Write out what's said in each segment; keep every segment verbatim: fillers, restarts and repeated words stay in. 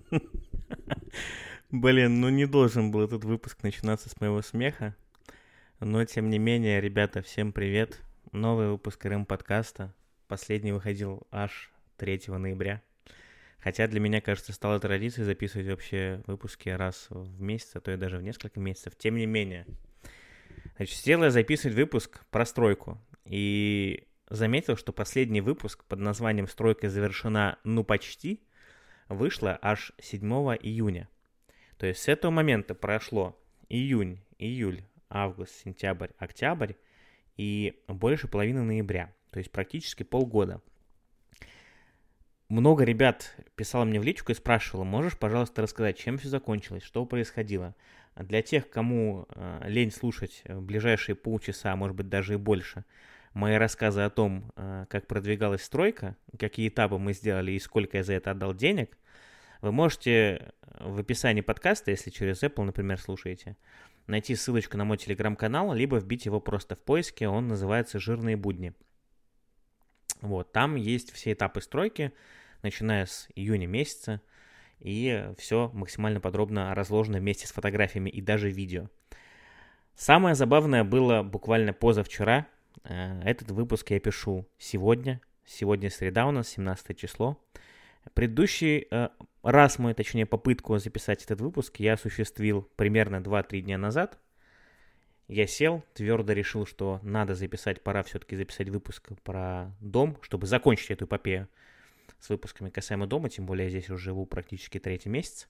Блин, ну не должен был этот выпуск начинаться с моего смеха. Но, тем не менее, ребята, всем привет. Новый выпуск РМ подкаста. Последний выходил аж третьего ноября. Хотя для меня, кажется, стало традицией записывать вообще выпуски раз в месяц, а то и даже в несколько месяцев. Тем не менее, значит, сел я записывать выпуск про стройку. И заметил, что последний выпуск под названием «Стройка завершена, ну почти» вышла аж седьмого июня. То есть с этого момента прошло июнь, июль, август, сентябрь, октябрь и больше половины ноября. То есть практически полгода. Много ребят писало мне в личку и спрашивало, можешь, пожалуйста, рассказать, чем все закончилось, что происходило. Для тех, кому э, лень слушать в ближайшие полчаса, может быть, даже и больше, мои рассказы о том, э, как продвигалась стройка, какие этапы мы сделали и сколько я за это отдал денег, вы можете в описании подкаста, если через Apple, например, слушаете, найти ссылочку на мой телеграм-канал, либо вбить его просто в поиске, он называется «Жирные будни». Вот, там есть все этапы стройки, начиная с июня месяца, и все максимально подробно разложено вместе с фотографиями и даже видео. Самое забавное было буквально позавчера. Этот выпуск я пишу сегодня. Сегодня среда у нас, семнадцатое число. Предыдущий э, раз мой, точнее, попытку записать этот выпуск я осуществил примерно два-три дня назад. Я сел, твердо решил, что надо записать, пора все-таки записать выпуск про дом, чтобы закончить эту эпопею с выпусками касаемо дома, тем более я здесь уже живу практически третий месяц.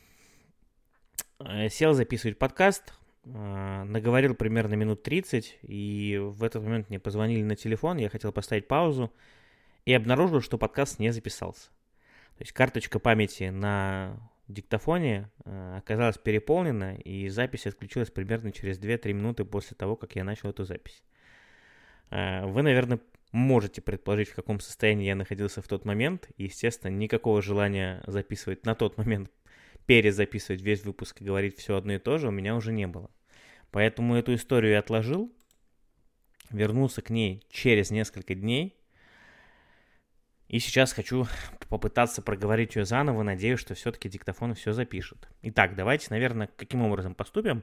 Э, сел записывать подкаст, э, наговорил примерно минут тридцать, и в этот момент мне позвонили на телефон, я хотел поставить паузу, и обнаружил, что подкаст не записался. То есть карточка памяти на диктофоне э, оказалась переполнена, и запись отключилась примерно через две-три минуты после того, как я начал эту запись. Э, вы, наверное, можете предположить, в каком состоянии я находился в тот момент. И, естественно, никакого желания записывать на тот момент, перезаписывать весь выпуск и говорить все одно и то же у меня уже не было. Поэтому эту историю я отложил, вернулся к ней через несколько дней. И сейчас хочу попытаться проговорить ее заново, надеюсь, что все-таки диктофон все запишет. Итак, давайте, наверное, каким образом поступим.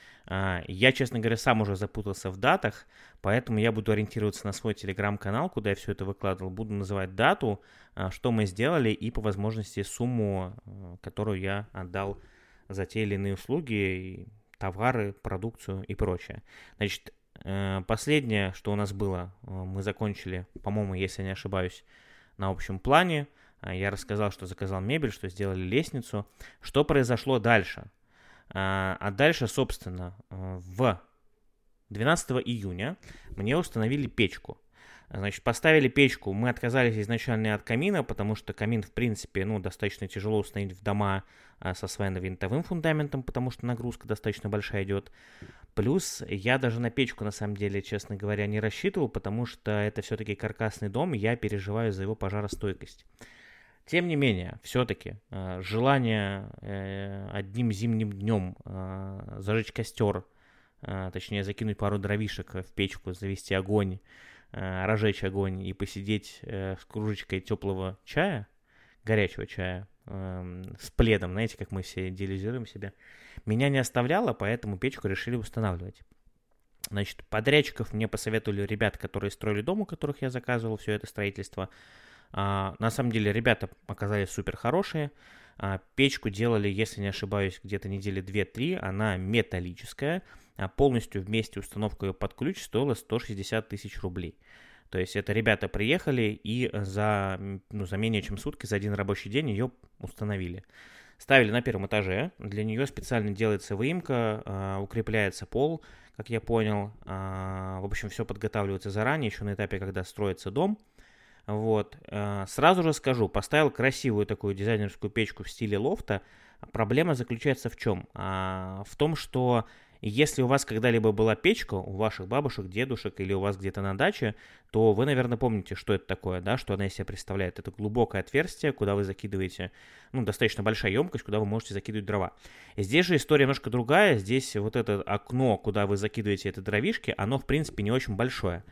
Я, честно говоря, сам уже запутался в датах, поэтому я буду ориентироваться на свой телеграм-канал, куда я все это выкладывал. Буду называть дату, что мы сделали и по возможности сумму, которую я отдал за те или иные услуги, товары, продукцию и прочее. Значит, последнее, что у нас было, мы закончили, по-моему, если не ошибаюсь, на общем плане. Я рассказал, что заказал мебель, что сделали лестницу. Что произошло дальше? А дальше, собственно, в двенадцатого июня мне установили печку. Значит, поставили печку. Мы отказались изначально от камина, потому что камин, в принципе, ну, достаточно тяжело установить в дома со свайно-винтовым фундаментом, потому что нагрузка достаточно большая идет. Плюс я даже на печку, на самом деле, честно говоря, не рассчитывал, потому что это все-таки каркасный дом, и я переживаю за его пожаростойкость. Тем не менее, все-таки желание одним зимним днем зажечь костер, точнее закинуть пару дровишек в печку, завести огонь, разжечь огонь и посидеть с кружечкой теплого чая, горячего чая, с пледом, знаете, как мы все идеализируем себя, меня не оставляло, поэтому печку решили устанавливать. Значит, подрядчиков мне посоветовали ребята, которые строили дом, у которых я заказывал все это строительство. А, на самом деле, ребята оказались супер хорошие. А, печку делали, если не ошибаюсь, где-то недели две-три. Она металлическая. А полностью вместе установка ее под ключ стоила сто шестьдесят тысяч рублей. То есть это ребята приехали и за, ну, за менее чем сутки, за один рабочий день ее установили. Ставили на первом этаже, для нее специально делается выемка, э, укрепляется пол, как я понял. Э, в общем, все подготавливается заранее, еще на этапе, когда строится дом. Вот. Э, сразу же скажу, поставил красивую такую дизайнерскую печку в стиле лофта. Проблема заключается в чем? Э, в том, что если у вас когда-либо была печка, у ваших бабушек, дедушек или у вас где-то на даче, то вы, наверное, помните, что это такое, да, что она из себя представляет. Это глубокое отверстие, куда вы закидываете, ну, достаточно большая емкость, куда вы можете закидывать дрова. И здесь же история немножко другая. Здесь вот это окно, куда вы закидываете эти дровишки, оно, в принципе, не очень большое.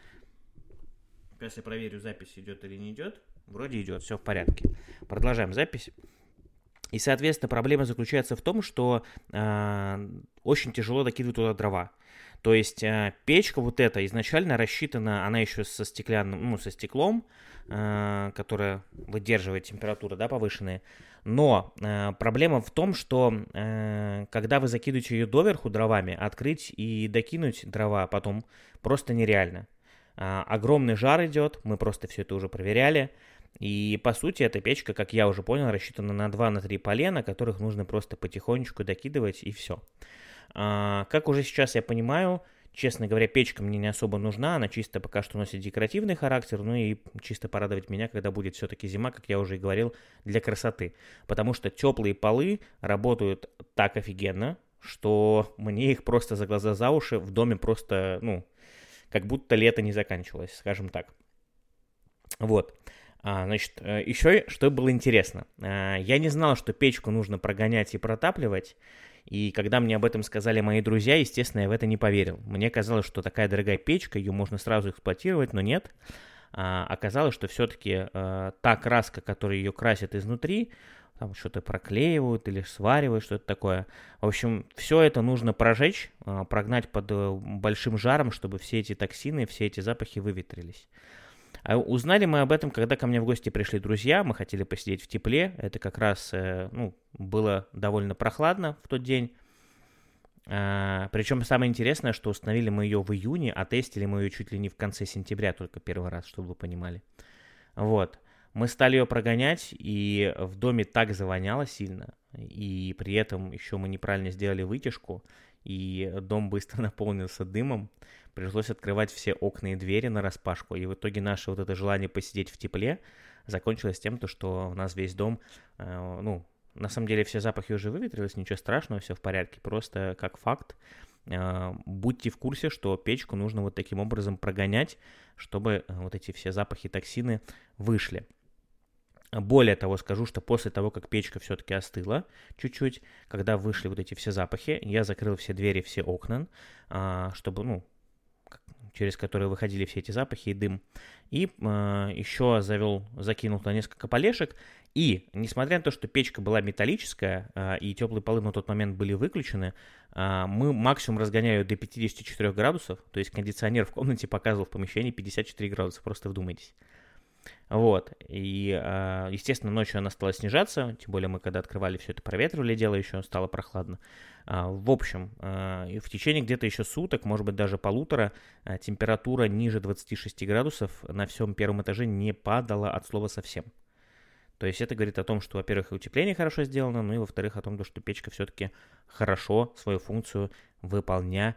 Сейчас я проверю, запись идет или не идет. Вроде идет, все в порядке. Продолжаем запись. И, соответственно, проблема заключается в том, что э, очень тяжело докидывать туда дрова. То есть э, печка вот эта изначально рассчитана, она еще со стеклянным, ну, со стеклом, э, которое выдерживает температуру, да, повышенные. Но э, проблема в том, что э, когда вы закидываете ее доверху дровами, открыть и докинуть дрова потом просто нереально. Э, огромный жар идет, мы просто все это уже проверяли. И, по сути, эта печка, как я уже понял, рассчитана на два-три полена, которых нужно просто потихонечку докидывать, и все. А, как уже сейчас я понимаю, честно говоря, печка мне не особо нужна, она чисто пока что носит декоративный характер, ну и чисто порадовать меня, когда будет все-таки зима, как я уже и говорил, для красоты. Потому что теплые полы работают так офигенно, что мне их просто за глаза за уши в доме просто, ну, как будто лето не заканчивалось, скажем так. Вот. А, значит, еще что было интересно. А, я не знал, что печку нужно прогонять и протапливать. И когда мне об этом сказали мои друзья, естественно, я в это не поверил. Мне казалось, что такая дорогая печка, ее можно сразу эксплуатировать, но нет. А, оказалось, что все-таки а, та краска, которая ее красит изнутри, там что-то проклеивают или сваривают, что-то такое. В общем, все это нужно прожечь, а, прогнать под большим жаром, чтобы все эти токсины, все эти запахи выветрились. А узнали мы об этом, когда ко мне в гости пришли друзья, мы хотели посидеть в тепле, это как раз, ну, было довольно прохладно в тот день. А, причем самое интересное, что установили мы ее в июне, а тестили мы ее чуть ли не в конце сентября, только первый раз, чтобы вы понимали. Вот, мы стали ее прогонять, и в доме так завоняло сильно, и при этом еще мы неправильно сделали вытяжку, и дом быстро наполнился дымом. Пришлось открывать все окна и двери нараспашку, и в итоге наше вот это желание посидеть в тепле закончилось тем, что у нас весь дом, э, ну, на самом деле все запахи уже выветрились, ничего страшного, все в порядке, просто как факт, э, будьте в курсе, что печку нужно вот таким образом прогонять, чтобы вот эти все запахи, токсины вышли. Более того, скажу, что после того, как печка все-таки остыла чуть-чуть, когда вышли вот эти все запахи, я закрыл все двери, все окна, э, чтобы, ну, через которые выходили все эти запахи и дым. И э, еще завел, закинул туда несколько полешек. И, несмотря на то, что печка была металлическая, э, и теплые полы на тот момент были выключены, э, мы максимум разгоняли до пятьдесят четыре градусов. То есть кондиционер в комнате показывал в помещении пятьдесят четыре градуса. Просто вдумайтесь. Вот. И, э, естественно, ночью она стала снижаться. Тем более мы, когда открывали все это, проветривали дело, еще стало прохладно. В общем, в течение где-то еще суток, может быть даже полутора, температура ниже двадцати шести градусов на всем первом этаже не падала от слова совсем. То есть это говорит о том, что, во-первых, и утепление хорошо сделано, ну и, во-вторых, о том, что печка все-таки хорошо свою функцию выполняет.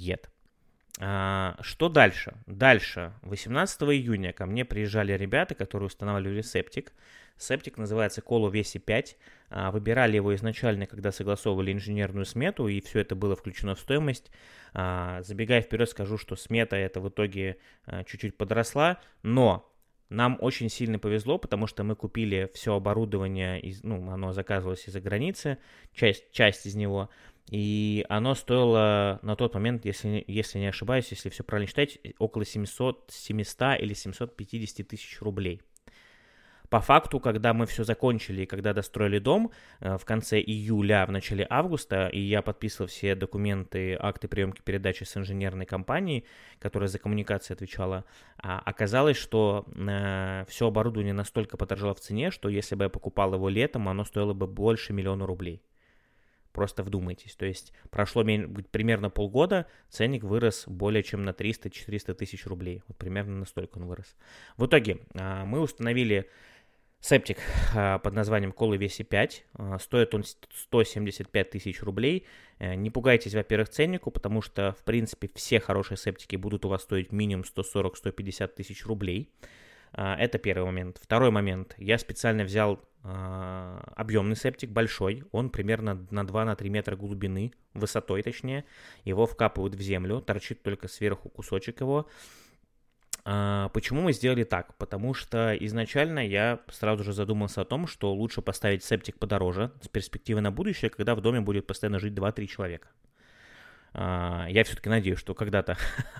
А, что дальше? Дальше, восемнадцатого июня ко мне приезжали ребята, которые устанавливали септик. Септик называется Коло Веси пять. А, выбирали его изначально, когда согласовывали инженерную смету, и все это было включено в стоимость. А, забегая вперед, скажу, что смета эта в итоге а, чуть-чуть подросла, но нам очень сильно повезло, потому что мы купили все оборудование, из, ну, оно заказывалось из-за границы, часть, часть из него, и оно стоило на тот момент, если, если не ошибаюсь, если все правильно считать, около семьсот, семьсот или семьсот пятьдесят тысяч рублей. По факту, когда мы все закончили, когда достроили дом в конце июля, в начале августа, и я подписывал все документы, акты приемки передачи с инженерной компанией, которая за коммуникации отвечала, оказалось, что все оборудование настолько подорожало в цене, что если бы я покупал его летом, оно стоило бы больше миллиона рублей. Просто вдумайтесь. То есть прошло примерно полгода, ценник вырос более чем на триста-четыреста тысяч рублей. Вот примерно настолько он вырос. В итоге мы установили септик под названием Коло Веси пять. Стоит он сто семьдесят пять тысяч рублей. Не пугайтесь, во-первых, ценнику, потому что, в принципе, все хорошие септики будут у вас стоить минимум сто сорок - сто пятьдесят тысяч рублей. Это первый момент. Второй момент. Я специально взял объемный септик, большой. Он примерно на два-три метра глубины, высотой точнее. Его вкапывают в землю, торчит только сверху кусочек его. Почему мы сделали так? Потому что изначально я сразу же задумался о том, что лучше поставить септик подороже, с перспективой на будущее, когда в доме будет постоянно жить два-три человека. Я все-таки надеюсь, что когда-то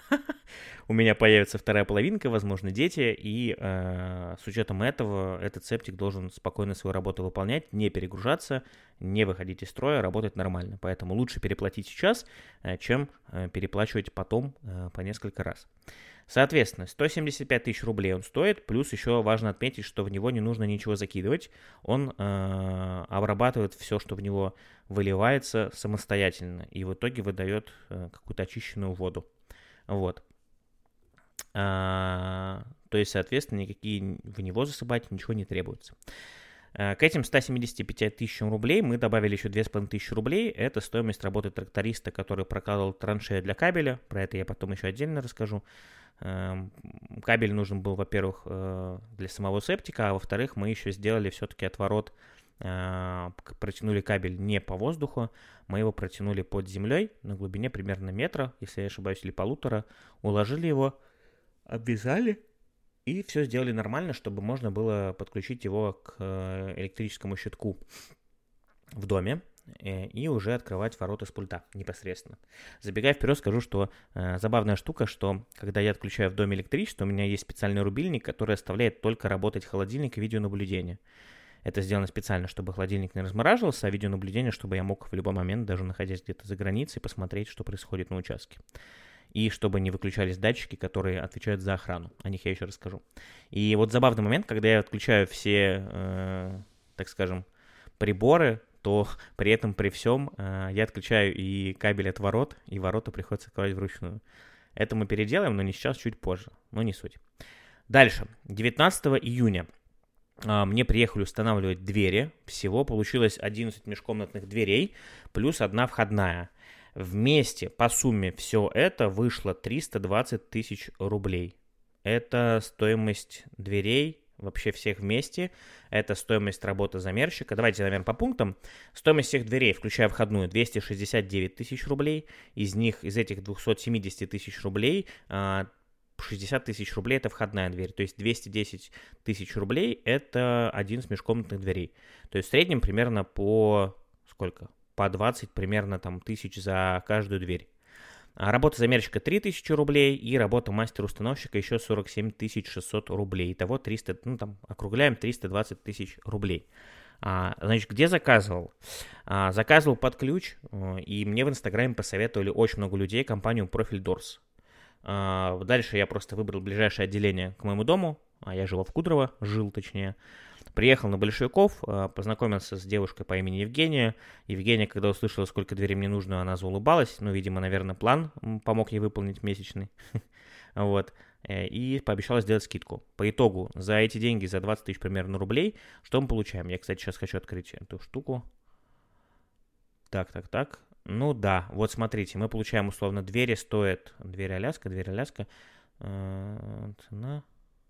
у меня появится вторая половинка, возможно, дети, и э, с учетом этого этот септик должен спокойно свою работу выполнять, не перегружаться, не выходить из строя, работать нормально. Поэтому лучше переплатить сейчас, э, чем э, переплачивать потом э, по несколько раз. Соответственно, сто семьдесят пять тысяч рублей он стоит, плюс еще важно отметить, что в него не нужно ничего закидывать, он э, обрабатывает все, что в него выливается самостоятельно, и в итоге выдает э, какую-то очищенную воду. Вот. А, то есть, соответственно, никакие в него засыпать ничего не требуется. К этим ста семидесяти пяти тысячам рублей мы добавили еще две тысячи пятьсот рублей. Это стоимость работы тракториста, который прокладывал траншею для кабеля. Про это я потом еще отдельно расскажу. Кабель нужен был, во-первых, для самого септика, а во-вторых, мы еще сделали все-таки отворот, протянули кабель не по воздуху, мы его протянули под землей на глубине примерно метра, если я не ошибаюсь, или полутора, уложили его, обвязали и все сделали нормально, чтобы можно было подключить его к электрическому щитку в доме и уже открывать ворота с пульта непосредственно. Забегая вперед, скажу, что э, забавная штука, что когда я отключаю в доме электричество, у меня есть специальный рубильник, который оставляет только работать холодильник и видеонаблюдение. Это сделано специально, чтобы холодильник не размораживался, а видеонаблюдение, чтобы я мог в любой момент, даже находясь где-то за границей, посмотреть, что происходит на участке. И чтобы не выключались датчики, которые отвечают за охрану. О них я еще расскажу. И вот забавный момент, когда я отключаю все, э, так скажем, приборы, то при этом, при всем, э, я отключаю и кабель от ворот, и ворота приходится открывать вручную. Это мы переделаем, но не сейчас, чуть позже. Но не суть. Дальше. девятнадцатого июня э, мне приехали устанавливать двери. Всего получилось одиннадцать межкомнатных дверей, плюс одна входная. Вместе по сумме все это вышло триста двадцать тысяч рублей. Это стоимость дверей, вообще всех вместе. Это стоимость работы замерщика. Давайте, наверное, по пунктам. Стоимость всех дверей, включая входную, двести шестьдесят девять тысяч рублей. Из них, из этих двухсот семидесяти тысяч рублей, шестьдесят тысяч рублей это входная дверь. То есть двести десять тысяч рублей это один из межкомнатных дверей. То есть в среднем примерно по сколько? По двадцать примерно там тысяч за каждую дверь. А работа замерщика три тысячи рублей и работа мастера-установщика еще сорок семь тысяч шестьсот рублей. Итого триста, ну там округляем триста двадцать тысяч рублей. А, значит, где заказывал? А, заказывал под ключ, и мне в Инстаграме посоветовали очень много людей компанию Профиль Дорс. А, дальше я просто выбрал ближайшее отделение к моему дому, а я жил в Кудрово, жил точнее. Приехал на Большевиков, познакомился с девушкой по имени Евгения. Евгения, когда услышала, сколько дверей мне нужно, она заулыбалась. Ну, видимо, наверное, план помог ей выполнить месячный. Вот. И пообещала сделать скидку. По итогу, за эти деньги, за двадцать тысяч примерно рублей, что мы получаем? Я, кстати, сейчас хочу открыть эту штуку. Так, так, так. Ну да, вот смотрите, мы получаем условно двери стоят... Дверь Аляска, дверь Аляска. Цена...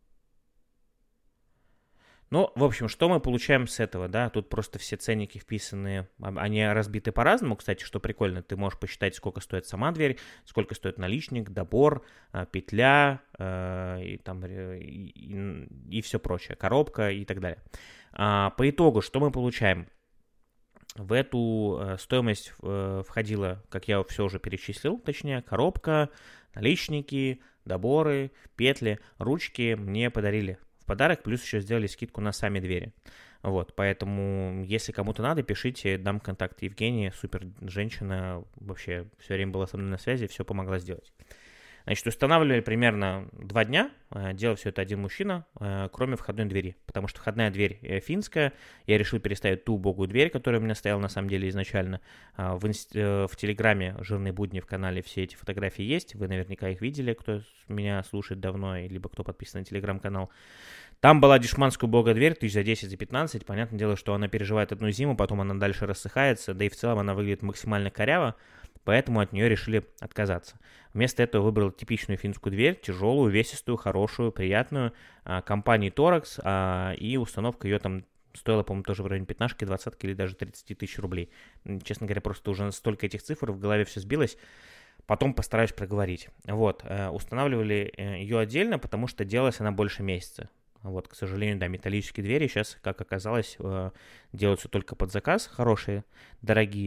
Ну, в общем, что мы получаем с этого, да, тут просто все ценники вписаны, они разбиты по-разному, кстати, что прикольно, ты можешь посчитать, сколько стоит сама дверь, сколько стоит наличник, добор, петля, и, там, и, и, и все прочее, коробка и так далее. По итогу, что мы получаем? В эту стоимость входила, как я все уже перечислил, точнее, коробка, наличники, доборы, петли, ручки мне подарили в подарок, плюс еще сделали скидку на сами двери. Вот, поэтому, если кому-то надо, пишите, дам контакт Евгении, супер женщина, вообще все время была со мной на связи, все помогла сделать. Значит, устанавливали примерно два дня, делал все это один мужчина, кроме входной двери, потому что входная дверь финская, я решил переставить ту убогую дверь, которая у меня стояла на самом деле изначально. В, инст... в Телеграме «Жирные будни» в канале все эти фотографии есть, вы наверняка их видели, кто меня слушает давно, либо кто подписан на Телеграм-канал. Там была дешманская убогая дверь, тысяч за десять, за пятнадцать, понятное дело, что она переживает одну зиму, потом она дальше рассыхается, да и в целом она выглядит максимально коряво, поэтому от нее решили отказаться. Вместо этого выбрал типичную финскую дверь, тяжелую, увесистую, хорошую, приятную, компании Torax, и установка ее там стоила, по-моему, тоже в районе пятнашки, двадцатки или даже тридцать тысяч рублей. Честно говоря, просто уже столько этих цифр, в голове все сбилось. Потом постараюсь проговорить. Вот, устанавливали ее отдельно, потому что делалась она больше месяца. Вот, к сожалению, да, металлические двери сейчас, как оказалось, делаются только под заказ, хорошие, дорогие.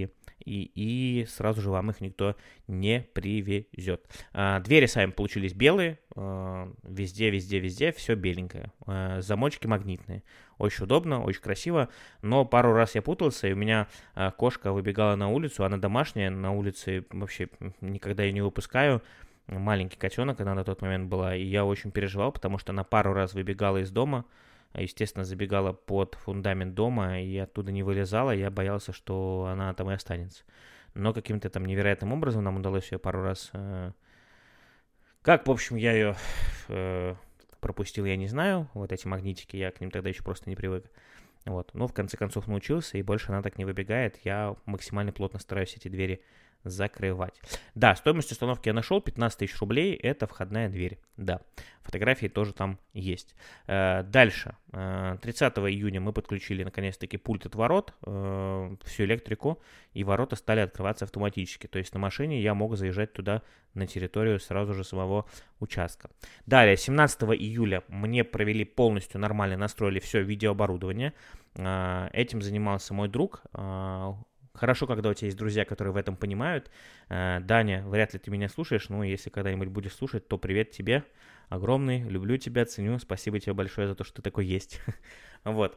и, и сразу же вам их никто не привезет. А, двери сами получились белые, а, везде, везде, везде все беленькое. А, замочки магнитные. Очень удобно, очень красиво, но пару раз я путался, и у меня а, кошка выбегала на улицу, она домашняя, на улице вообще никогда ее не выпускаю. Маленький котенок она на тот момент была, и я очень переживал, потому что она пару раз выбегала из дома, естественно, забегала под фундамент дома и оттуда не вылезала, я боялся, что она там и останется. Но каким-то там невероятным образом нам удалось ее пару раз... Э... Как, в общем, я ее э, пропустил, я не знаю, вот эти магнитики, я к ним тогда еще просто не привык. Вот. Но в конце концов научился, и больше она так не выбегает, я максимально плотно стараюсь эти двери закрывать. Да, стоимость установки я нашел, пятнадцать тысяч рублей, это входная дверь, да. Фотографии тоже там есть. Дальше, тридцатого июня мы подключили наконец-таки пульт от ворот, всю электрику, и ворота стали открываться автоматически. То есть на машине я мог заезжать туда на территорию сразу же самого участка. Далее, семнадцатого июля мне провели полностью нормально, настроили все видеооборудование. Этим занимался мой друг. Хорошо, когда у тебя есть друзья, которые в этом понимают. Даня, вряд ли ты меня слушаешь, но если когда-нибудь будешь слушать, то привет тебе. Огромный, люблю тебя, ценю, спасибо тебе большое за то, что ты такой есть. Вот.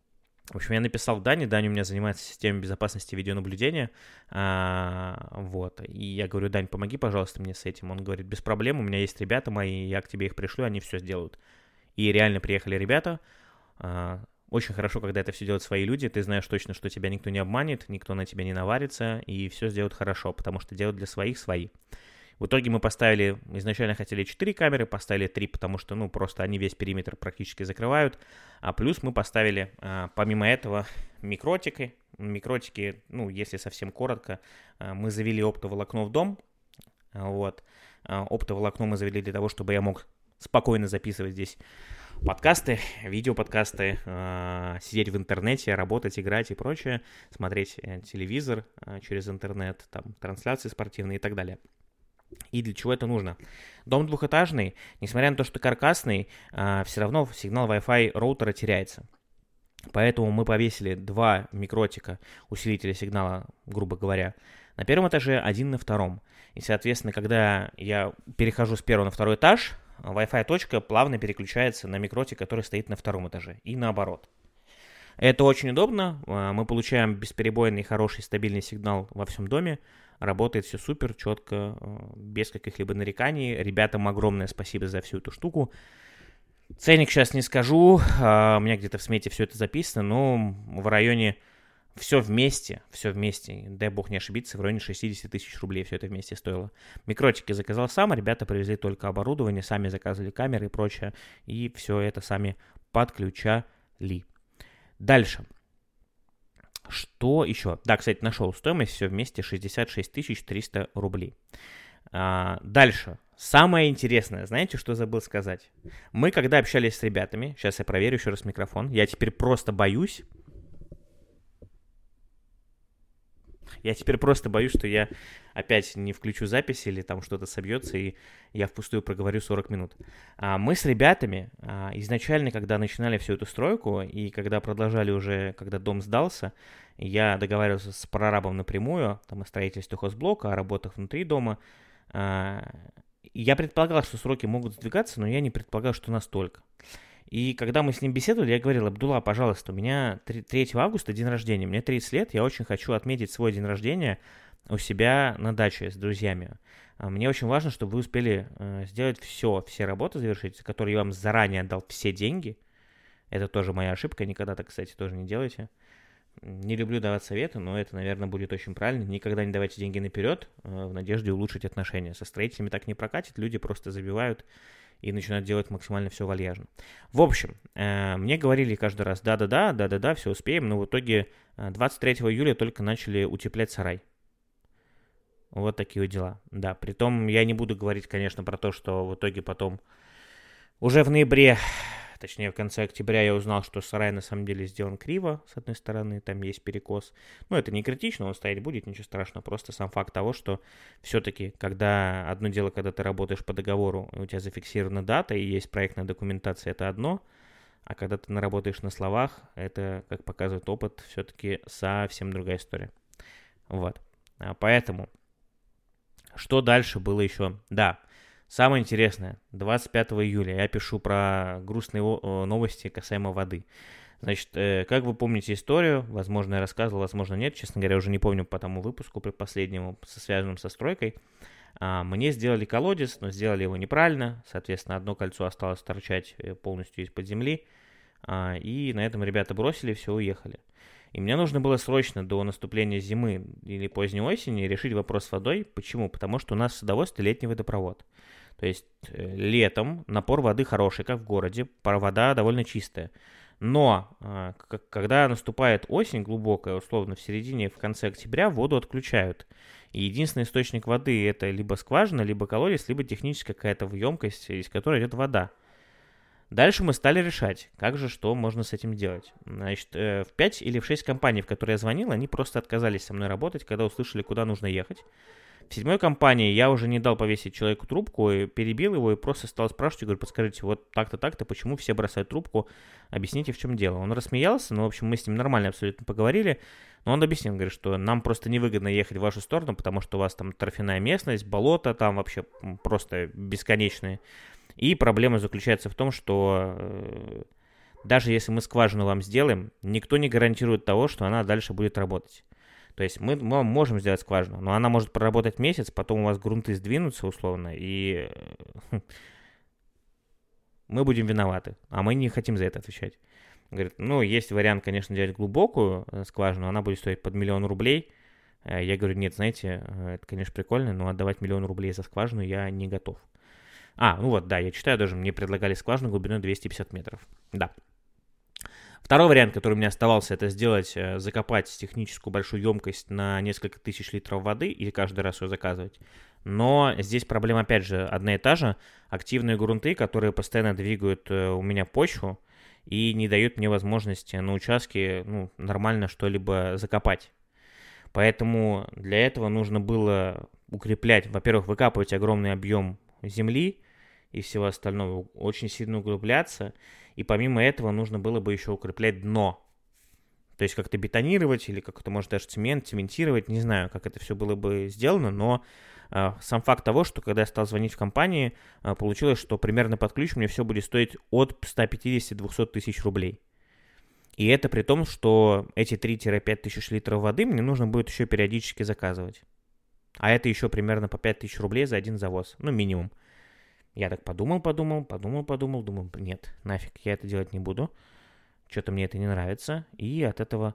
В общем, я написал Дане, Даня у меня занимается системой безопасности видеонаблюдения, а, вот, и я говорю: Дань, помоги, пожалуйста, мне с этим. Он говорит: без проблем, у меня есть ребята мои, я к тебе их пришлю, они все сделают. И реально приехали ребята. а, Очень хорошо, когда это все делают свои люди, ты знаешь точно, что тебя никто не обманет, никто на тебя не наварится, и все сделают хорошо, потому что делают для своих свои. В итоге мы поставили, изначально хотели четыре камеры, поставили три, потому что, ну, просто они весь периметр практически закрывают, а плюс мы поставили, а, помимо этого, микротики. Микротики, ну, если совсем коротко, а, мы завели оптоволокно в дом, вот, а, оптоволокно мы завели для того, чтобы я мог спокойно записывать здесь подкасты, видеоподкасты, э, сидеть в интернете, работать, играть и прочее, смотреть э, телевизор э, через интернет, там, трансляции спортивные и так далее. И для чего это нужно? Дом двухэтажный, несмотря на то, что каркасный, э, все равно сигнал Wi-Fi роутера теряется. Поэтому мы повесили два микротика, усилителя сигнала, грубо говоря, на первом этаже, один на втором. И, соответственно, когда я перехожу с первого на второй этаж, Wi-Fi точка плавно переключается на микротик, который стоит на втором этаже, и наоборот. Это очень удобно, мы получаем бесперебойный, хороший, стабильный сигнал во всем доме, работает все супер, четко, без каких-либо нареканий. Ребятам огромное спасибо за всю эту штуку. Ценник сейчас не скажу, у меня где-то в смете все это записано, но в районе... Все вместе, все вместе, дай бог не ошибиться, в районе шестьдесят тысяч рублей все это вместе стоило. Микротики заказал сам, ребята привезли только оборудование, сами заказывали камеры и прочее, и все это сами подключали. Дальше. Что еще? Да, кстати, нашел стоимость, все вместе шестьдесят шесть тысяч триста рублей. А, дальше. Самое интересное, знаете, что забыл сказать? Мы, когда общались с ребятами, сейчас я проверю еще раз микрофон, я теперь просто боюсь, Я теперь просто боюсь, что я опять не включу запись или там что-то собьется, и я впустую проговорю сорок минут. А мы с ребятами а, изначально, когда начинали всю эту стройку, и когда продолжали уже, когда дом сдался, я договаривался с прорабом напрямую, там, о строительстве хозблока, о работах внутри дома. А, я предполагал, что сроки могут сдвигаться, но я не предполагал, что настолько. И когда мы с ним беседовали, я говорил: Абдулла, пожалуйста, у меня третьего августа день рождения, мне тридцать лет, я очень хочу отметить свой день рождения у себя на даче с друзьями. Мне очень важно, чтобы вы успели сделать все, все работы завершить, за которые я вам заранее отдал все деньги. Это тоже моя ошибка, никогда так, кстати, тоже не делайте. Не люблю давать советы, но это, наверное, будет очень правильно. Никогда не давайте деньги наперед в надежде улучшить отношения. Со строителями так не прокатит, люди просто забивают и начинают делать максимально все вальяжно. В общем, э, мне говорили каждый раз: да-да-да, да-да-да, все успеем, но в итоге двадцать третьего июля только начали утеплять сарай. Вот такие вот дела. Да, притом я не буду говорить, конечно, про то, что в итоге потом уже в ноябре, точнее в конце октября, я узнал, что сарай на самом деле сделан криво, с одной стороны, там есть перекос. Ну, это не критично, он стоять будет, ничего страшного, просто сам факт того, что все-таки, когда одно дело, когда ты работаешь по договору, у тебя зафиксирована дата и есть проектная документация, это одно, а когда ты наработаешь на словах, это, как показывает опыт, все-таки совсем другая история. Вот. А, поэтому, что дальше было еще? Да, самое интересное, двадцать пятого июля я пишу про грустные новости касаемо воды. Значит, э, как вы помните историю, возможно, я рассказывал, возможно, нет, честно говоря, уже не помню по тому выпуску, при последнему, связанному со стройкой. А, мне сделали колодец, но сделали его неправильно, соответственно, одно кольцо осталось торчать полностью из-под земли, а, и на этом ребята бросили, все, уехали. И мне нужно было срочно до наступления зимы или поздней осени решить вопрос с водой. Почему? Потому что у нас в садоводстве летний водопровод. То есть э, летом напор воды хороший, как в городе, вода довольно чистая. Но э, к- когда наступает осень глубокая, условно в середине, в конце октября, воду отключают. И единственный источник воды это либо скважина, либо колодец, либо техническая какая-то емкость, из которой идет вода. Дальше мы стали решать, как же, что можно с этим делать. Значит, э, в пять или в шесть компаний, в которые я звонил, они просто отказались со мной работать, когда услышали, куда нужно ехать. В седьмой компании я уже не дал повесить человеку трубку, и перебил его и просто стал спрашивать, и говорю, подскажите, вот так-то, так-то, почему все бросают трубку, объясните, в чем дело. Он рассмеялся, но, в общем, мы с ним нормально абсолютно поговорили, но он объяснил, говорит, что нам просто невыгодно ехать в вашу сторону, потому что у вас там торфяная местность, болото там вообще просто бесконечные. И проблема заключается в том, что э, даже если мы скважину вам сделаем, никто не гарантирует того, что она дальше будет работать. То есть мы, мы можем сделать скважину, но она может проработать месяц, потом у вас грунты сдвинутся условно, и э, мы будем виноваты, а мы не хотим за это отвечать. Говорит, ну, есть вариант, конечно, делать глубокую скважину, она будет стоить под миллион рублей. Я говорю, нет, знаете, это, конечно, прикольно, но отдавать миллион рублей за скважину я не готов. А, ну вот, да, я читаю даже, мне предлагали скважину глубиной двести пятьдесят метров. Да. Второй вариант, который у меня оставался, это сделать, закопать техническую большую емкость на несколько тысяч литров воды и каждый раз ее заказывать. Но здесь проблема, опять же, одна и та же. Активные грунты, которые постоянно двигают у меня почву и не дают мне возможности на участке, ну, нормально что-либо закопать. Поэтому для этого нужно было укреплять, во-первых, выкапывать огромный объем земли и всего остального, очень сильно углубляться, и помимо этого нужно было бы еще укреплять дно. То есть как-то бетонировать или как-то, может, даже цемент, цементировать, не знаю, как это все было бы сделано, но э, сам факт того, что когда я стал звонить в компании, э, получилось, что примерно под ключ мне все будет стоить от ста пятидесяти до двухсот тысяч рублей. И это при том, что эти три-пять тысяч литров воды мне нужно будет еще периодически заказывать. А это еще примерно по пять тысяч рублей за один завоз, ну минимум. Я так подумал, подумал, подумал, подумал, думаю, нет, нафиг, я это делать не буду. Что-то мне это не нравится. И от этого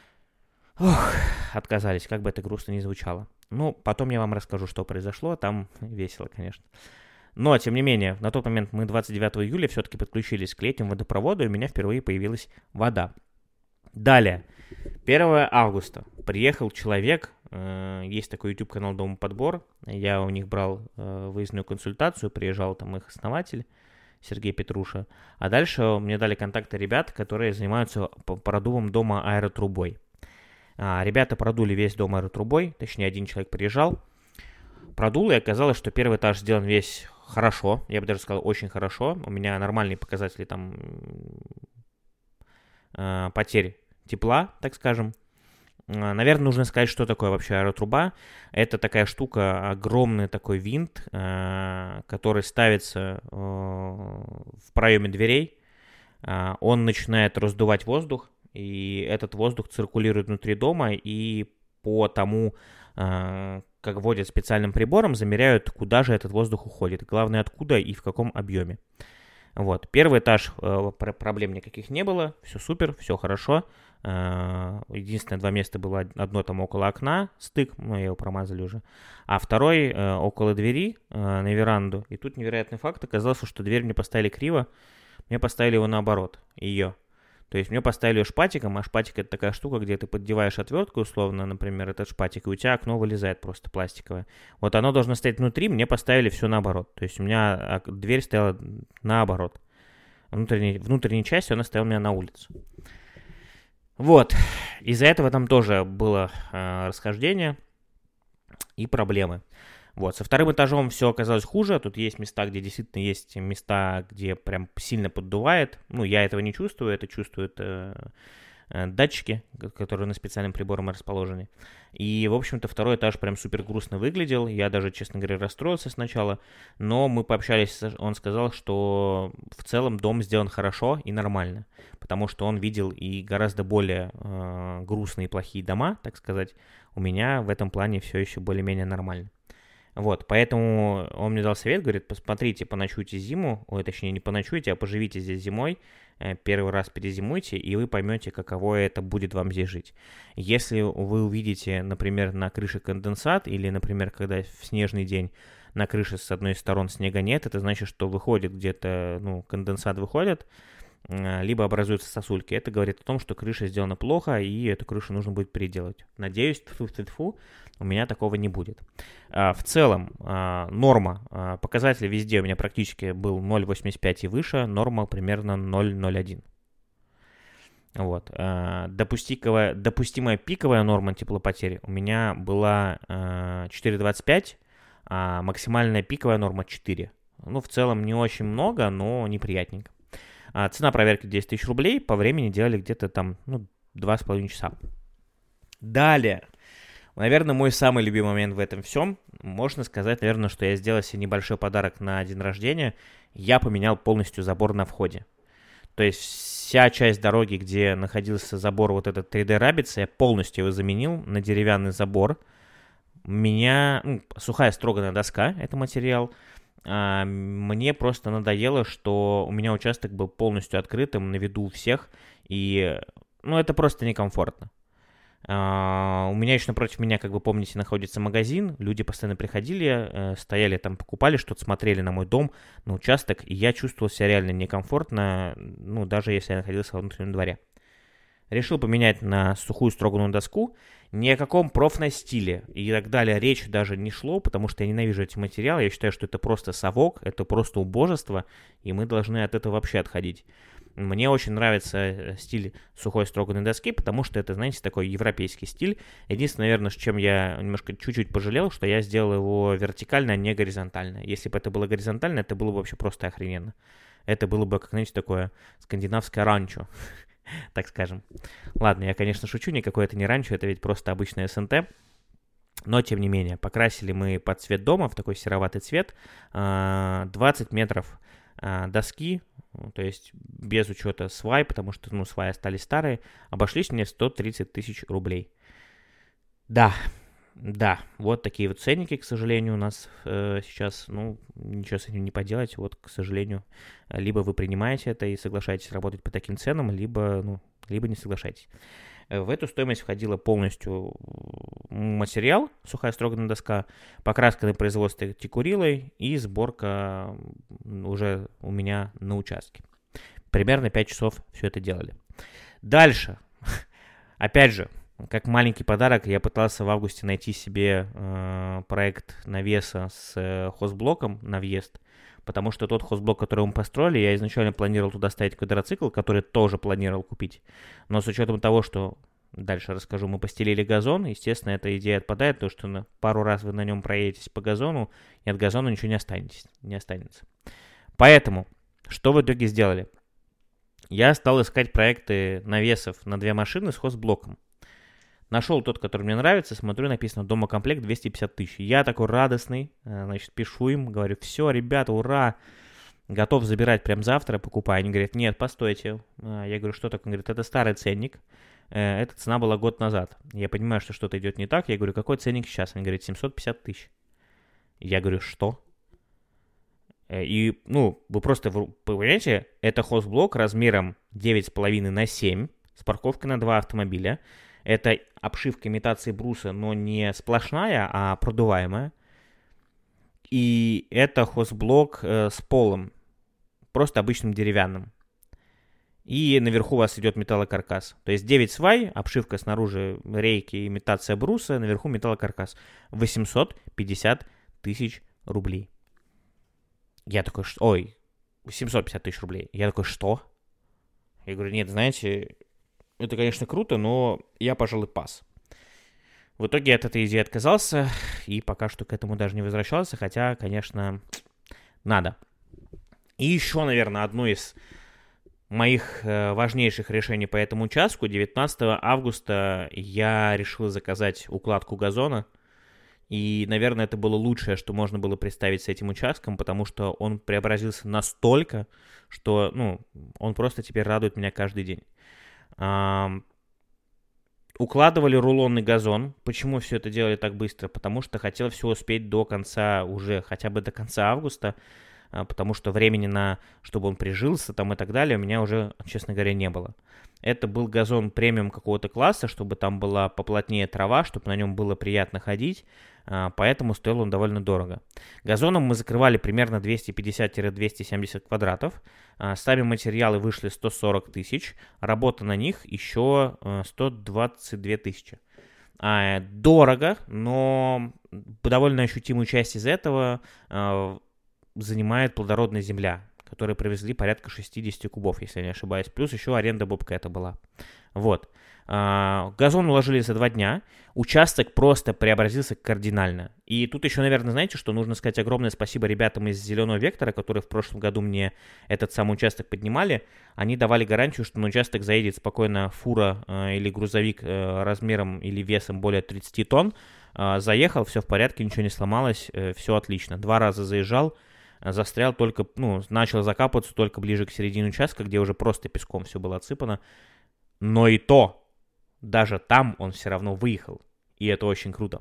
ох, отказались, как бы это грустно ни звучало. Ну, потом я вам расскажу, что произошло. Там весело, конечно. Но, тем не менее, на тот момент мы двадцать девятого июля все-таки подключились к летнему водопроводу, и у меня впервые появилась вода. Далее, первого августа приехал человек, э, есть такой YouTube-канал «Дома подбор», я у них брал э, выездную консультацию, приезжал там их основатель Сергей Петруша, а дальше мне дали контакты ребят, которые занимаются продувом дома аэротрубой. А, ребята продули весь дом аэротрубой, точнее один человек приезжал, продул, и оказалось, что первый этаж сделан весь хорошо, я бы даже сказал очень хорошо, у меня нормальные показатели там э, потерь тепла, так скажем. Наверное, нужно сказать, что такое вообще аэротруба. Это такая штука, огромный такой винт, который ставится в проеме дверей. Он начинает раздувать воздух, и этот воздух циркулирует внутри дома, и по тому, как вводят специальным прибором, замеряют, куда же этот воздух уходит. Главное, откуда и в каком объеме. Вот. Первый этаж, э, проблем никаких не было, все супер, все хорошо. Э, единственное, два места было, одно там около окна, стык, ну, его промазали уже, а второй э, около двери э, на веранду. И тут невероятный факт, оказалось, что дверь мне поставили криво, мне поставили его наоборот, ее. То есть мне поставили ее шпатиком, а шпатик это такая штука, где ты поддеваешь отвертку, условно, например, этот шпатик, и у тебя окно вылезает просто пластиковое. Вот оно должно стоять внутри, мне поставили все наоборот. То есть у меня дверь стояла наоборот. Внутренняя, внутренняя часть, она стояла у меня на улице. Вот. Из-за этого там тоже было э, расхождение и проблемы. Вот, со вторым этажом все оказалось хуже, тут есть места, где действительно есть места, где прям сильно поддувает, ну, я этого не чувствую, это чувствуют э, э, датчики, которые на специальном прибором расположены. И, в общем-то, второй этаж прям супер грустно выглядел. Я даже, честно говоря, расстроился сначала. Но мы пообщались, он сказал, что в целом дом сделан хорошо и нормально. Потому что он видел и гораздо более э, грустные и плохие дома, так сказать. У меня в этом плане все еще более-менее нормально. Вот, поэтому он мне дал совет, говорит, посмотрите, поночуйте зиму, ой, точнее, не поночуйте, а поживите здесь зимой, первый раз перезимуйте, и вы поймете, каково это будет вам здесь жить. Если вы увидите, например, на крыше конденсат, или, например, когда в снежный день на крыше с одной из сторон снега нет, это значит, что выходит где-то, ну, конденсат выходит, либо образуются сосульки. Это говорит о том, что крыша сделана плохо, и эту крышу нужно будет переделать. Надеюсь, тьфу-тьфу-тьфу, у меня такого не будет. В целом, норма, показатель везде у меня практически был ноль целых восемьдесят пять сотых и выше, норма примерно ноль целых ноль один. Вот. Допустимая, допустимая пиковая норма теплопотери у меня была четыре целых двадцать пять, а максимальная пиковая норма четыре. Ну, в целом не очень много, но неприятненько. Цена проверки десять тысяч рублей, по времени делали где-то там, ну, два с половиной часа. Далее. Наверное, мой самый любимый момент в этом всем. Можно сказать, наверное, что я сделал себе небольшой подарок на день рождения. Я поменял полностью забор на входе. То есть вся часть дороги, где находился забор вот этот три дэ Rabbids, я полностью его заменил на деревянный забор. У меня, ну, сухая строганная доска, это материал. А, мне просто надоело, что у меня участок был полностью открытым на виду у всех, и, ну, это просто некомфортно. А, у меня еще напротив меня, как вы помните, находится магазин, люди постоянно приходили, э, стояли там, покупали что-то, смотрели на мой дом, на участок, и я чувствовал себя реально некомфортно, ну, даже если я находился во внутреннем дворе. Решил поменять на сухую строганную доску. Ни о каком профнастиле и так далее речь даже не шло, потому что я ненавижу эти материалы. Я считаю, что это просто совок, это просто убожество, и мы должны от этого вообще отходить. Мне очень нравится стиль сухой строганной доски, потому что это, знаете, такой европейский стиль. Единственное, наверное, с чем я немножко чуть-чуть пожалел, что я сделал его вертикально, а не горизонтально. Если бы это было горизонтально, это было бы вообще просто охрененно. Это было бы, как, знаете, такое скандинавское ранчо. Так скажем. Ладно, я, конечно, шучу, никакое это не ранчо, это ведь просто обычное эс эн тэ. Но, тем не менее, покрасили мы под цвет дома, в такой сероватый цвет, двадцать метров доски, то есть без учета свай, потому что, ну, сваи остались старые, обошлись мне сто тридцать тысяч рублей. Да, да, вот такие вот ценники, к сожалению, у нас э, сейчас, ну, ничего с этим не поделать, вот, к сожалению, либо вы принимаете это и соглашаетесь работать по таким ценам, либо, ну, либо не соглашаетесь. В эту стоимость входила полностью материал, сухая строганная доска, покраска на производстве текурилой и сборка уже у меня на участке. Примерно пять часов все это делали. Дальше, опять же, как маленький подарок, я пытался в августе найти себе э, проект навеса с э, хозблоком на въезд, потому что тот хозблок, который мы построили, я изначально планировал туда ставить квадроцикл, который тоже планировал купить. Но с учетом того, что, дальше расскажу, мы постелили газон, естественно, эта идея отпадает, потому что на пару раз вы на нем проедетесь по газону, и от газона ничего не останетесь, не останется. Поэтому, что в итоге сделали? Я стал искать проекты навесов на две машины с хозблоком. Нашел тот, который мне нравится, смотрю, написано «Домокомплект двести пятьдесят тысяч». Я такой радостный, значит, пишу им, говорю: все, ребята, ура, готов забирать прям завтра, покупаю. Они говорят: нет, постойте. Я говорю: что такое? Он говорит: это старый ценник, эта цена была год назад. Я понимаю, что что-то идет не так. Я говорю: какой ценник сейчас? Они говорят: семьсот пятьдесят тысяч. Я говорю: что? И, ну, вы просто понимаете, это хозблок размером девять с половиной на семь с парковкой на два автомобиля. Это обшивка имитации бруса, но не сплошная, а продуваемая. И это хозблок э, с полом, просто обычным деревянным. И наверху у вас идет металлокаркас. То есть девять свай, обшивка снаружи, рейки, имитация бруса, наверху металлокаркас. восемьсот пятьдесят тысяч рублей. Я такой: ой, семьсот пятьдесят тысяч рублей. Я такой: что? Я говорю: нет, знаете... Это, конечно, круто, но я, пожалуй, пас. В итоге я от этой идеи отказался и пока что к этому даже не возвращался, хотя, конечно, надо. И еще, наверное, одно из моих э, важнейших решений по этому участку девятнадцатого августа я решил заказать укладку газона. И, наверное, это было лучшее, что можно было представить с этим участком, потому что он преобразился настолько, что, ну, он просто теперь радует меня каждый день. Ам, Укладывали рулонный газон. Почему все это делали так быстро? Потому что хотел все успеть до конца, уже хотя бы до конца августа, а, потому что времени на, чтобы он прижился там и так далее, у меня уже, честно говоря, не было. Это был газон премиум какого-то класса, чтобы там была поплотнее трава, чтобы на нем было приятно ходить, а, поэтому стоил он довольно дорого. Газоном мы закрывали примерно двести пятьдесят - двести семьдесят квадратов. А, Сами материалы вышли сто сорок тысяч, работа на них еще а, сто двадцать две тысячи. А, Дорого, но довольно ощутимую часть из этого а, занимает плодородная земля, которые привезли порядка шестьдесят кубов, если я не ошибаюсь. Плюс еще аренда бобкэта была. Вот. А, газон уложили за два дня. Участок просто преобразился кардинально. И тут еще, наверное, знаете, что нужно сказать огромное спасибо ребятам из «Зеленого вектора», которые в прошлом году мне этот самый участок поднимали. Они давали гарантию, что на участок заедет спокойно фура э, или грузовик э, размером или весом более тридцать тонн. Э, заехал, все в порядке, ничего не сломалось, э, все отлично. Два раза заезжал. Застрял только, ну, начал закапываться только ближе к середине участка, где уже просто песком все было отсыпано. Но и то, даже там он все равно выехал. И это очень круто.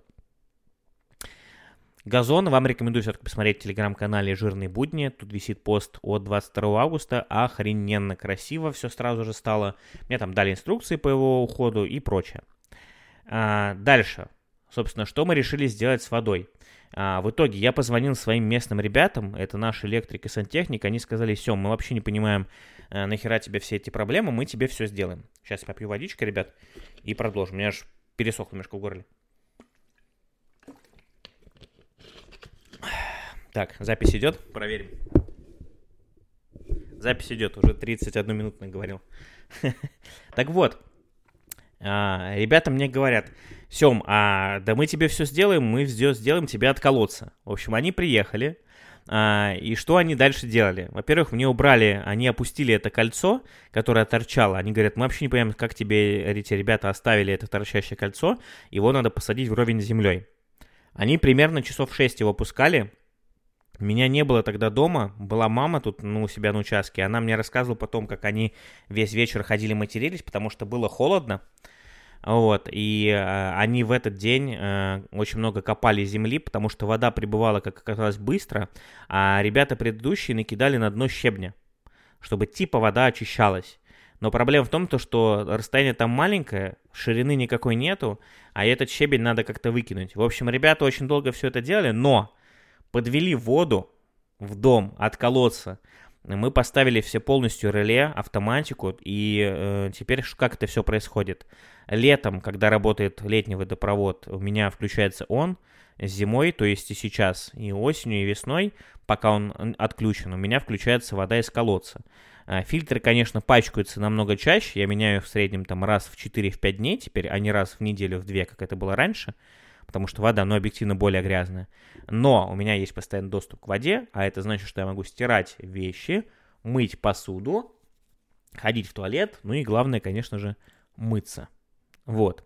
Газон вам рекомендую все-таки посмотреть в телеграм-канале «Жирные будни». Тут висит пост от двадцать второго августа. Охрененно красиво все сразу же стало. Мне там дали инструкции по его уходу и прочее. А, дальше. Собственно, что мы решили сделать с водой? А, в итоге я позвонил своим местным ребятам, это наш электрик и сантехник, они сказали: Сем, мы вообще не понимаем, а, нахера тебе все эти проблемы, мы тебе все сделаем. Сейчас я попью водички, ребят, и продолжим. У меня аж пересохло немножко в горле. Так, запись идет? Проверим. Запись идет, уже тридцать одну минуту наговорил. Так вот. А, ребята мне говорят: Сем, а да мы тебе все сделаем, мы все сделаем тебе от колодца. В общем, они приехали, а, и что они дальше делали? Во-первых, мне убрали, они опустили это кольцо, которое торчало. Они говорят: мы вообще не понимаем, как тебе эти ребята оставили это торчащее кольцо, его надо посадить вровень с землей. Они примерно часов шесть его пускали. Меня не было тогда дома, была мама тут, ну, у себя на участке. Она мне рассказывала потом, как они весь вечер ходили матерились, потому что было холодно. Вот, и э, они в этот день э, очень много копали земли, потому что вода прибывала, как оказалось, быстро, а ребята предыдущие накидали на дно щебня, чтобы типа вода очищалась. Но проблема в том, то, что расстояние там маленькое, ширины никакой нету, а этот щебень надо как-то выкинуть. В общем, ребята очень долго все это делали, но подвели воду в дом от колодца. Мы поставили все полностью реле, автоматику, и э, теперь как это все происходит? Летом, когда работает летний водопровод, у меня включается он, зимой, то есть и сейчас, и осенью, и весной, пока он отключен, у меня включается вода из колодца. Фильтры, конечно, пачкаются намного чаще, я меняю их в среднем там раз в четыре-пять дней теперь, а не раз в неделю, в две, как это было раньше, потому что вода, ну, объективно более грязная. Но у меня есть постоянный доступ к воде, а это значит, что я могу стирать вещи, мыть посуду, ходить в туалет, ну и главное, конечно же, мыться. Вот.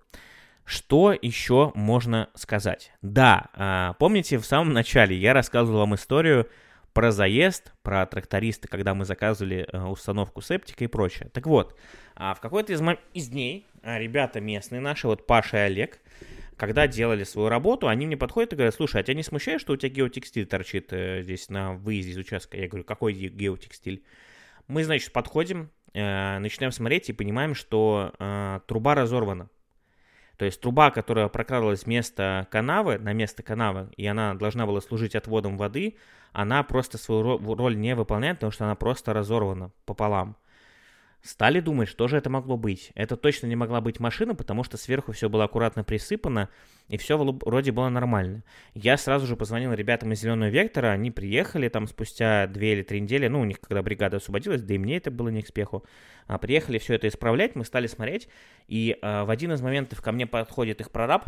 Что еще можно сказать? Да, помните, в самом начале я рассказывал вам историю про заезд, про тракториста, когда мы заказывали установку септика и прочее. Так вот, в какой-то из, мо- из дней ребята местные наши, вот Паша и Олег, когда делали свою работу, они мне подходят и говорят: слушай, а тебя не смущает, что у тебя геотекстиль торчит э, здесь на выезде из участка? Я говорю: какой ге- геотекстиль? Мы, значит, подходим, э, начинаем смотреть и понимаем, что э, труба разорвана. То есть труба, которая прокрадывалась с места канавы, на место канавы, и она должна была служить отводом воды, она просто свою роль не выполняет, потому что она просто разорвана пополам. Стали думать, что же это могло быть. Это точно не могла быть машина, потому что сверху все было аккуратно присыпано, и все вроде было нормально. Я сразу же позвонил ребятам из «Зеленого вектора», они приехали там спустя две или три недели, ну, у них когда бригада освободилась, да и мне это было не к спеху. А, приехали все это исправлять, мы стали смотреть, и а, в один из моментов ко мне подходит их прораб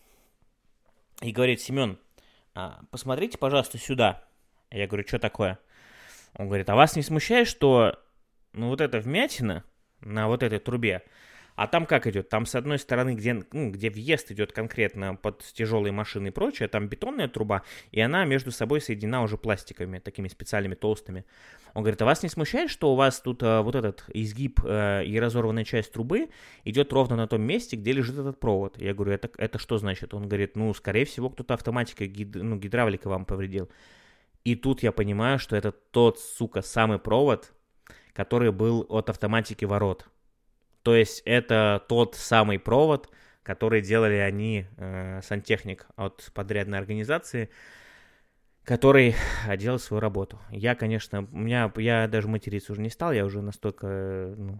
и говорит: Семен, а, посмотрите, пожалуйста, сюда. Я говорю: что такое? Он говорит: а вас не смущает, что ну, вот эта вмятина на вот этой трубе, а там как идет? Там с одной стороны, где, ну, где въезд идет конкретно под тяжелые машины и прочее, там бетонная труба, и она между собой соединена уже пластиковыми, такими специальными толстыми. Он говорит, а вас не смущает, что у вас тут а, вот этот изгиб а, и разорванная часть трубы идет ровно на том месте, где лежит этот провод? Я говорю, это, это что значит? Он говорит, ну, скорее всего, кто-то автоматикой, гид, ну, гидравликой вам повредил. И тут я понимаю, что это тот, сука, самый провод, который был от автоматики ворот. То есть это тот самый провод, который делали они, э, сантехник от подрядной организации, который делал свою работу. Я, конечно, у меня, я даже материться уже не стал, я уже настолько, ну,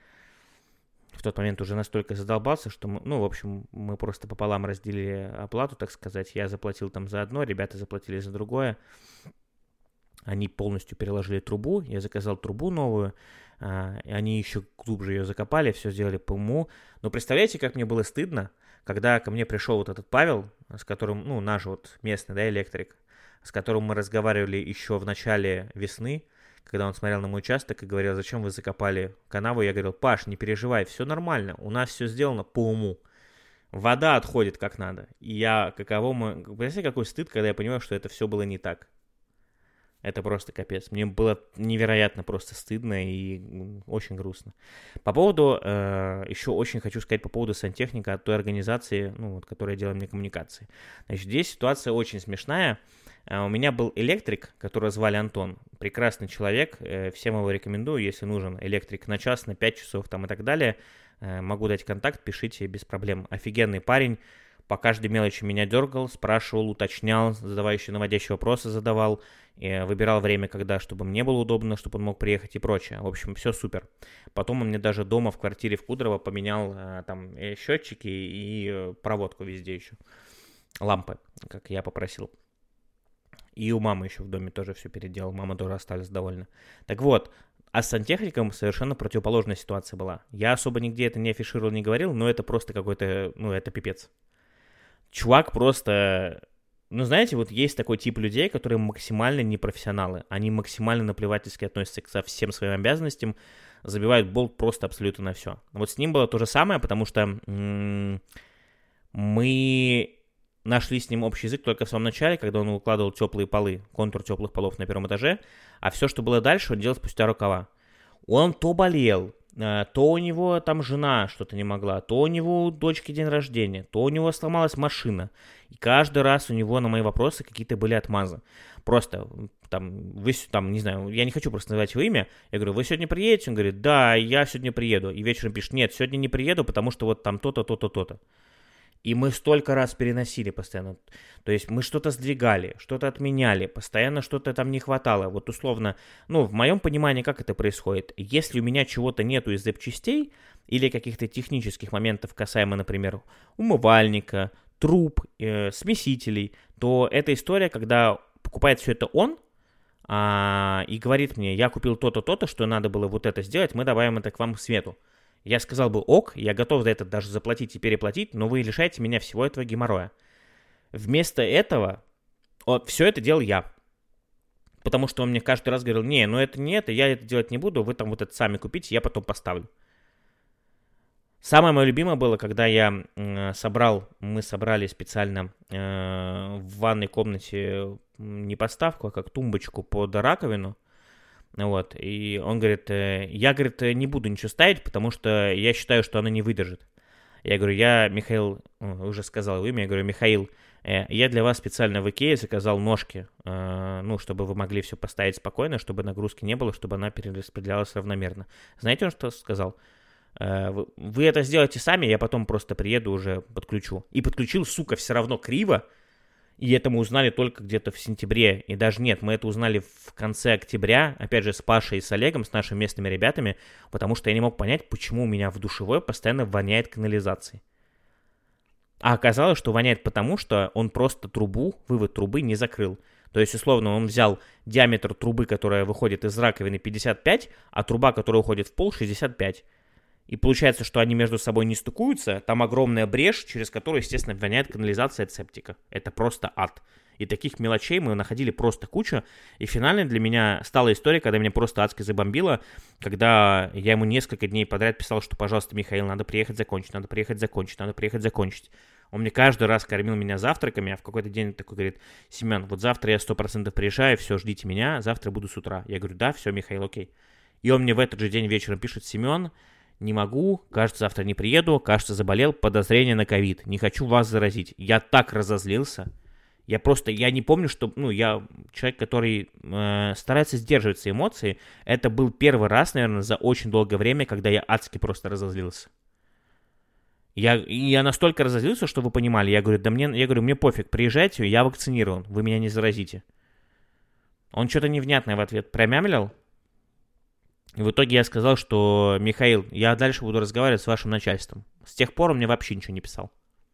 в тот момент уже настолько задолбался, что, мы, ну, в общем, мы просто пополам разделили оплату, так сказать. Я заплатил там за одно, ребята заплатили за другое. Они полностью переложили трубу, я заказал трубу новую, а, они еще глубже ее закопали, все сделали по уму. Но представляете, как мне было стыдно, когда ко мне пришел вот этот Павел, с которым, ну, наш вот местный, да, электрик, с которым мы разговаривали еще в начале весны, когда он смотрел на мой участок и говорил, зачем вы закопали канаву, я говорил, Паш, не переживай, все нормально, у нас все сделано по уму. Вода отходит как надо. И я, каково мы... Представляете, какой стыд, когда я понимаю, что это все было не так. Это просто капец. Мне было невероятно просто стыдно и очень грустно. По поводу, э, еще очень хочу сказать по поводу сантехника от той организации, ну, вот, которая делала мне коммуникации. Значит, здесь ситуация очень смешная. Uh, у меня был электрик, которого звали Антон. Прекрасный человек. Uh, всем его рекомендую, если нужен электрик на час, на пять часов там и так далее. Uh, могу дать контакт, пишите без проблем. Офигенный парень. По каждой мелочи меня дергал, спрашивал, уточнял, задавая еще наводящие вопросы задавал, и выбирал время, когда, чтобы мне было удобно, чтобы он мог приехать и прочее. В общем, все супер. Потом он мне даже дома в квартире в Кудрово поменял а, там и счетчики и проводку везде еще. Лампы, как я попросил. И у мамы еще в доме тоже все переделал. Мама тоже осталась довольна. Так вот, а с сантехником совершенно противоположная ситуация была. Я особо нигде это не афишировал, не говорил, но это просто какой-то, ну, это пипец. Чувак просто, ну, знаете, вот есть такой тип людей, которые максимально непрофессионалы. Они максимально наплевательски относятся ко всем своим обязанностям, забивают болт просто абсолютно на все. Вот с ним было то же самое, потому что м- мы нашли с ним общий язык только в самом начале, когда он укладывал теплые полы, контур теплых полов на первом этаже, а все, что было дальше, он делал спустя рукава. Он то болел, то у него там жена что-то не могла, то у него у дочки день рождения, то у него сломалась машина. И каждый раз у него на мои вопросы какие-то были отмазы. Просто там, вы там, не знаю, я не хочу просто называть его имя. Я говорю, вы сегодня приедете? Он говорит, да, я сегодня приеду. И вечером пишет, нет, сегодня не приеду, потому что вот там то-то, то-то, то-то. И мы столько раз переносили постоянно. То есть мы что-то сдвигали, что-то отменяли, постоянно что-то там не хватало. Вот условно, ну, в моем понимании, как это происходит? Если у меня чего-то нету из запчастей или каких-то технических моментов касаемо, например, умывальника, труб, э, смесителей, то это история, когда покупает все это он а, и говорит мне, я купил то-то, то-то, что надо было вот это сделать, мы добавим это к вам в смету. Я сказал бы, ок, я готов за это даже заплатить и переплатить, но вы лишаете меня всего этого геморроя. Вместо этого, вот, все это делал я. Потому что он мне каждый раз говорил, не, ну это не это, я это делать не буду, вы там вот это сами купите, я потом поставлю. Самое мое любимое было, когда я э, собрал, мы собрали специально э, в ванной комнате не подставку, а как тумбочку под раковину. Вот, и он говорит, я, говорит, не буду ничего ставить, потому что я считаю, что она не выдержит. Я говорю, я, Михаил, уже сказал его имя, я говорю, Михаил, я для вас специально в Икее заказал ножки, ну, чтобы вы могли все поставить спокойно, чтобы нагрузки не было, чтобы она перераспределялась равномерно. Знаете, он что сказал? Вы это сделаете сами, я потом просто приеду уже подключу. И подключил, сука, все равно криво. И это мы узнали только где-то в сентябре. И даже нет, мы это узнали в конце октября, опять же, с Пашей и с Олегом, с нашими местными ребятами, потому что я не мог понять, почему у меня в душевой постоянно воняет канализацией. А оказалось, что воняет потому, что он просто трубу, вывод трубы не закрыл. То есть, условно, он взял диаметр трубы, которая выходит из раковины, пятьдесят пять, а труба, которая уходит в пол, шестьдесят пять. И получается, что они между собой не стыкуются, там огромная брешь, через которую, естественно, воняет канализация от септика. Это просто ад. И таких мелочей мы находили просто кучу. И финально для меня стала история, когда меня просто адски забомбило, когда я ему несколько дней подряд писал, что, пожалуйста, Михаил, надо приехать закончить, надо приехать закончить, надо приехать закончить. Он мне каждый раз кормил меня завтраками, а в какой-то день такой говорит: Семен, вот завтра я сто процентов приезжаю, все, ждите меня, завтра буду с утра. Я говорю: да, все, Михаил, окей. И он мне в этот же день вечером пишет: Семен, не могу, кажется, завтра не приеду, кажется, заболел, подозрение на ковид, не хочу вас заразить. Я так разозлился. Я просто, я не помню, что, ну, я человек, который э, старается сдерживать свои эмоции. Это был первый раз, наверное, за очень долгое время, когда я адски просто разозлился. Я, я настолько разозлился, что вы понимали. Я говорю, да мне, я говорю, мне пофиг, приезжайте, я вакцинирован, вы меня не заразите. Он что-то невнятное в ответ промямлил. И в итоге я сказал, что, Михаил, я дальше буду разговаривать с вашим начальством. С тех пор он мне вообще ничего не писал.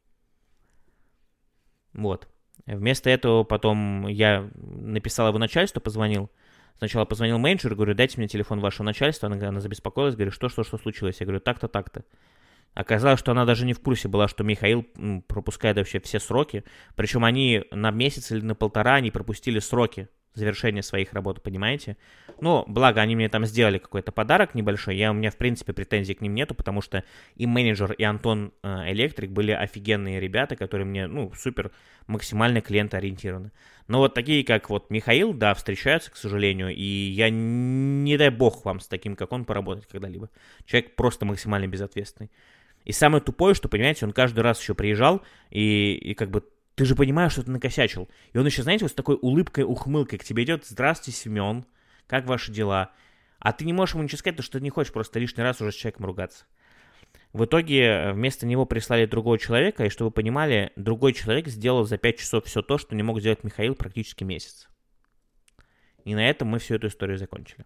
Вот. Вместо этого потом я написал его начальству, позвонил. Сначала позвонил менеджеру, говорю, дайте мне телефон вашего начальства. Она, она забеспокоилась, говорю, что, что, что случилось? Я говорю, так-то, так-то. Оказалось, что она даже не в курсе была, что Михаил пропускает вообще все сроки. Причем они на месяц или на полтора они пропустили сроки завершения своих работ, понимаете? Ну, благо, они мне там сделали какой-то подарок небольшой. Я, у меня, в принципе, претензий к ним нету, потому что и менеджер, и Антон э, Электрик были офигенные ребята, которые мне, ну, супер максимально клиентоориентированы. Но вот такие, как вот Михаил, да, встречаются, к сожалению, и я, не дай бог вам с таким, как он, поработать когда-либо. Человек просто максимально безответственный. И самое тупое, что, понимаете, он каждый раз еще приезжал, и, и как бы ты же понимаешь, что ты накосячил. И он еще, знаете, вот с такой улыбкой, ухмылкой к тебе идет: здравствуйте, Семен, как ваши дела? А ты не можешь ему ничего сказать, потому что ты не хочешь просто лишний раз уже с человеком ругаться. В итоге вместо него прислали другого человека, и чтобы вы понимали, другой человек сделал за пять часов все то, что не мог сделать Михаил практически месяц. И на этом мы всю эту историю закончили.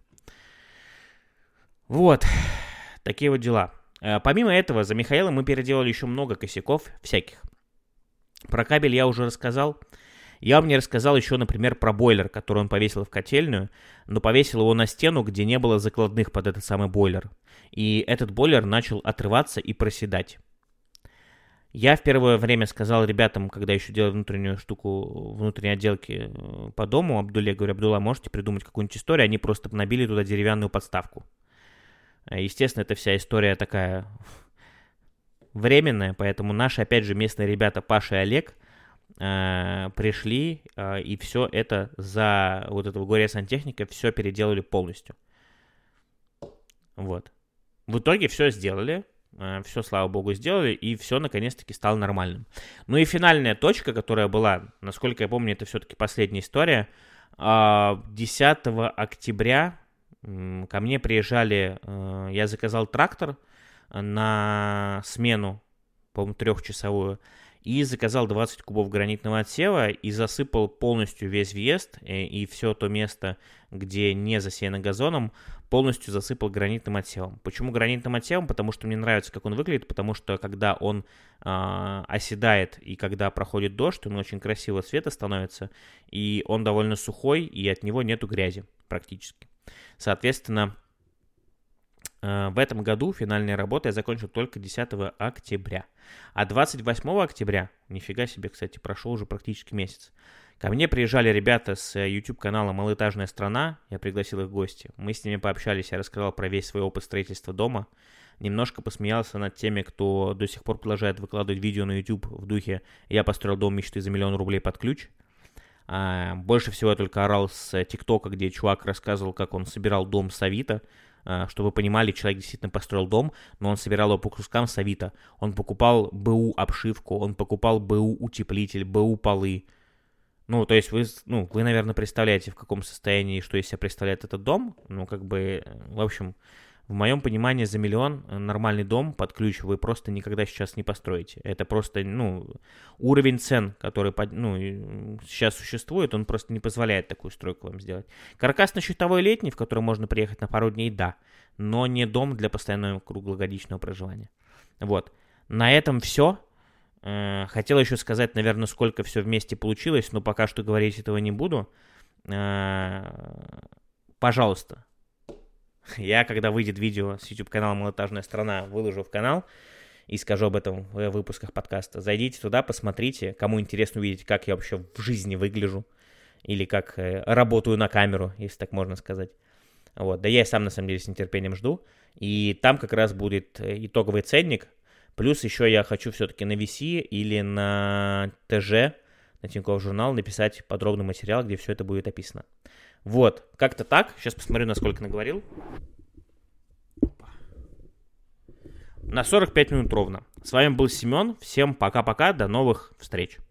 Вот, такие вот дела. Помимо этого, за Михаилом мы переделали еще много косяков всяких. Про кабель я уже рассказал. Я вам не рассказал еще, например, про бойлер, который он повесил в котельную, но повесил его на стену, где не было закладных под этот самый бойлер. И этот бойлер начал отрываться и проседать. Я в первое время сказал ребятам, когда еще делал внутреннюю штуку, внутренней отделки по дому, Абдулле, говорю, Абдулла, можете придумать какую-нибудь историю? Они просто набили туда деревянную подставку. Естественно, эта вся история такая временная, поэтому наши, опять же, местные ребята Паша и Олег э, пришли э, и все это за вот этого горе-сантехника все переделали полностью. Вот. В итоге все сделали, э, все, слава богу, сделали, и все наконец-таки стало нормальным. Ну и финальная точка, которая была, насколько я помню, это все-таки последняя история. Э, десятого октября э, ко мне приезжали, э, я заказал трактор на смену, по-моему, трехчасовую, и заказал двадцать кубов гранитного отсева и засыпал полностью весь въезд и, и все то место, где не засеяно газоном, полностью засыпал гранитным отсевом. Почему гранитным отсевом? Потому что мне нравится, как он выглядит, потому что когда он э, оседает и когда проходит дождь, он очень красивого цвета становится, и он довольно сухой, и от него нету грязи практически. Соответственно, в этом году финальные работы я закончил только десятого октября. А двадцать восьмого октября, нифига себе, кстати, прошел уже практически месяц, ко мне приезжали ребята с YouTube-канала «Малоэтажная страна», я пригласил их в гости. Мы с ними пообщались, я рассказал про весь свой опыт строительства дома, немножко посмеялся над теми, кто до сих пор продолжает выкладывать видео на YouTube в духе «Я построил дом мечты за миллион рублей под ключ». А, больше всего я только орал с ТикТока, где чувак рассказывал, как он собирал дом с Авито. Чтобы вы понимали, человек действительно построил дом, но он собирал его по кускам с Авито. Он покупал БУ обшивку, он покупал БУ утеплитель, БУ полы. Ну, то есть вы, ну, вы, наверное, представляете, в каком состоянии, что из себя представляет этот дом. Ну, как бы, в общем, в моем понимании, за миллион нормальный дом под ключ вы просто никогда сейчас не построите. Это просто, ну, уровень цен, который, ну, сейчас существует, он просто не позволяет такую стройку вам сделать. Каркасно-щитовой летний, в который можно приехать на пару дней, да, но не дом для постоянного круглогодичного проживания. Вот. На этом все. Хотел еще сказать, наверное, сколько все вместе получилось, но пока что говорить этого не буду. Пожалуйста. Я, когда выйдет видео с YouTube-канала «Малоэтажная страна», выложу в канал. и скажу об этом в выпусках подкаста. Зайдите туда, посмотрите, кому интересно увидеть, как я вообще в жизни выгляжу, или как э, работаю на камеру, если так можно сказать. Вот. Да я и сам, на самом деле, с нетерпением жду. И там как раз будет итоговый ценник. Плюс еще я хочу все-таки на ви си или на тэ жэ, на Тинькофф журнал, написать подробный материал, где все это будет описано. Вот, как-то так. Сейчас посмотрю, насколько наговорил. На сорок пять минут ровно. С вами был Семен. Всем пока-пока. До новых встреч.